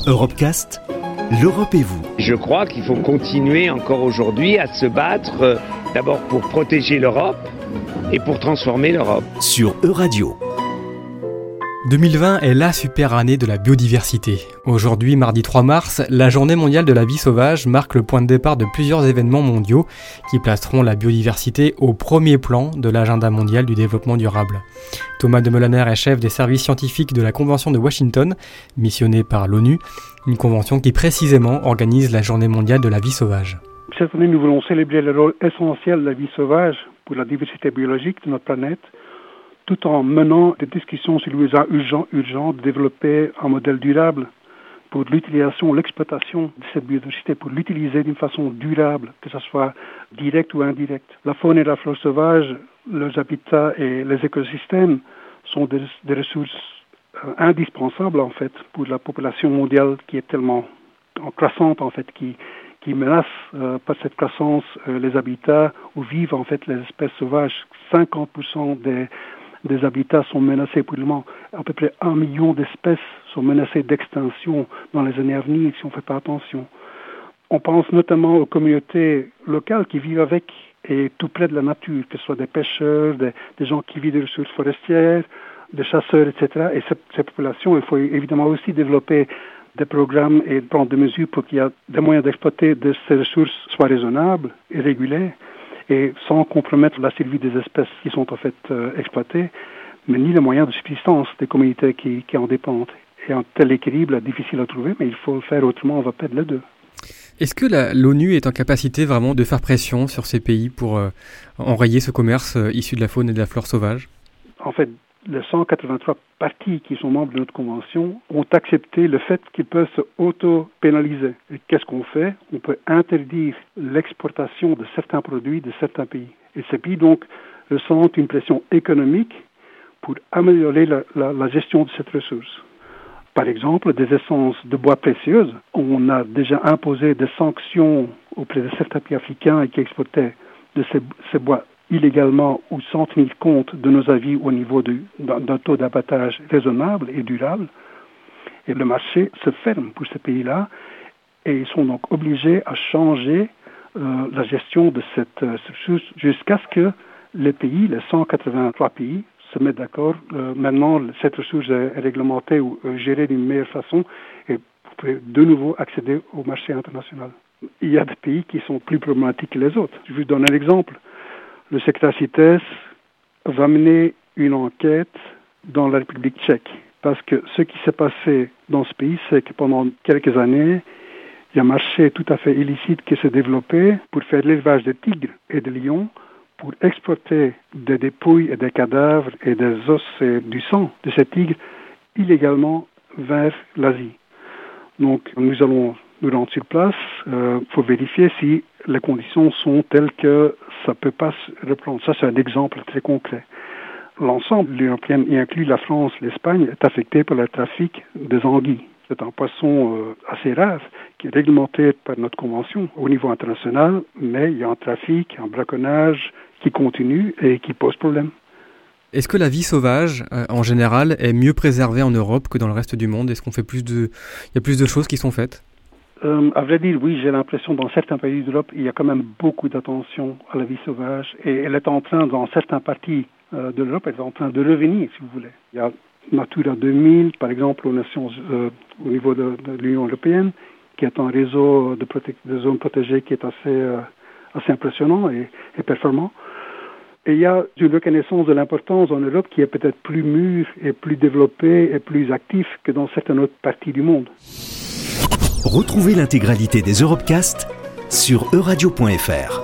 Europecast, l'Europe et vous. Je crois qu'il faut continuer encore aujourd'hui à se battre d'abord pour protéger l'Europe et pour transformer l'Europe. Sur Euradio. 2020 est la super année de la biodiversité. Aujourd'hui, mardi 3 mars, la Journée mondiale de la vie sauvage marque le point de départ de plusieurs événements mondiaux qui placeront la biodiversité au premier plan de l'agenda mondial du développement durable. Thomas de Meulener est chef des services scientifiques de la Convention de Washington, missionné par l'ONU, une convention qui précisément organise la Journée mondiale de la vie sauvage. Cette année, nous voulons célébrer le rôle essentiel de la vie sauvage pour la diversité biologique de notre planète, tout en menant des discussions sur le besoin urgent de développer un modèle durable pour l'utilisation, l'exploitation de cette biodiversité, pour l'utiliser d'une façon durable, que ce soit direct ou indirect. La faune et la flore sauvage, leurs habitats et les écosystèmes sont des ressources indispensables en fait pour la population mondiale qui est tellement croissante en fait, qui menace par cette croissance les habitats où vivent en fait les espèces sauvages. 50% des habitats sont menacés pour le moment. À peu près 1 million d'espèces sont menacées d'extinction dans les années à venir si on ne fait pas attention. On pense notamment aux communautés locales qui vivent avec et tout près de la nature, que ce soit des pêcheurs, des gens qui vivent des ressources forestières, des chasseurs, etc. Et ces populations, il faut évidemment aussi développer des programmes et prendre des mesures pour qu'il y ait des moyens d'exploiter de ces ressources soient raisonnables et régulés, et sans compromettre la survie des espèces qui sont en fait exploitées, mais ni les moyens de subsistance des communautés qui en dépendent. Et un tel équilibre est difficile à trouver, mais il faut le faire autrement, on va perdre les deux. Est-ce que l'ONU est en capacité vraiment de faire pression sur ces pays pour enrayer ce commerce issu de la faune et de la flore sauvage ? En fait, les 183 parties qui sont membres de notre convention ont accepté le fait qu'ils peuvent se auto-pénaliser. Et qu'est-ce qu'on fait ? On peut interdire l'exportation de certains produits de certains pays. Et ces pays, donc, ressentent une pression économique pour améliorer la gestion de cette ressource. Par exemple, des essences de bois précieuses. On a déjà imposé des sanctions auprès de certains pays africains qui exportaient de ces bois illégalement ou sans tenir compte de nos avis au niveau d'un taux d'abattage raisonnable et durable. Et le marché se ferme pour ces pays-là et ils sont donc obligés à changer la gestion de cette ressource jusqu'à ce que les 183 pays, se mettent d'accord. Maintenant, cette ressource est réglementée ou gérée d'une meilleure façon et vous pouvez de nouveau accéder au marché international. Il y a des pays qui sont plus problématiques que les autres. Je vous donne un exemple. Le secrétaire CITES va mener une enquête dans la République tchèque. Parce que ce qui s'est passé dans ce pays, c'est que pendant quelques années, il y a un marché tout à fait illicite qui s'est développé pour faire l'élevage de tigres et de lions, pour exporter des dépouilles et des cadavres et des os et du sang de ces tigres illégalement vers l'Asie. Donc nous allons nous rendre sur place pour vérifier si les conditions sont telles que ça ne peut pas se reprendre. Ça, c'est un exemple très concret. L'ensemble de l'Union européenne, y inclut la France, l'Espagne, est affecté par le trafic des anguilles. C'est un poisson assez rare qui est réglementé par notre convention au niveau international, mais il y a un trafic, un braconnage qui continue et qui pose problème. Est-ce que la vie sauvage, en général, est mieux préservée en Europe que dans le reste du monde ? Est-ce qu'on fait il y a plus de choses qui sont faites ? À vrai dire, oui, j'ai l'impression dans certains pays d'Europe, il y a quand même beaucoup d'attention à la vie sauvage et elle est en train, dans certaines parties de l'Europe, elle est en train de revenir, si vous voulez. Il y a Natura 2000, par exemple, au niveau de l'Union européenne, qui est un réseau de zones protégées qui est assez impressionnant et performant. Et il y a une reconnaissance de l'importance en Europe qui est peut-être plus mûre et plus développée et plus active que dans certaines autres parties du monde. Retrouvez l'intégralité des Europecast sur euradio.fr.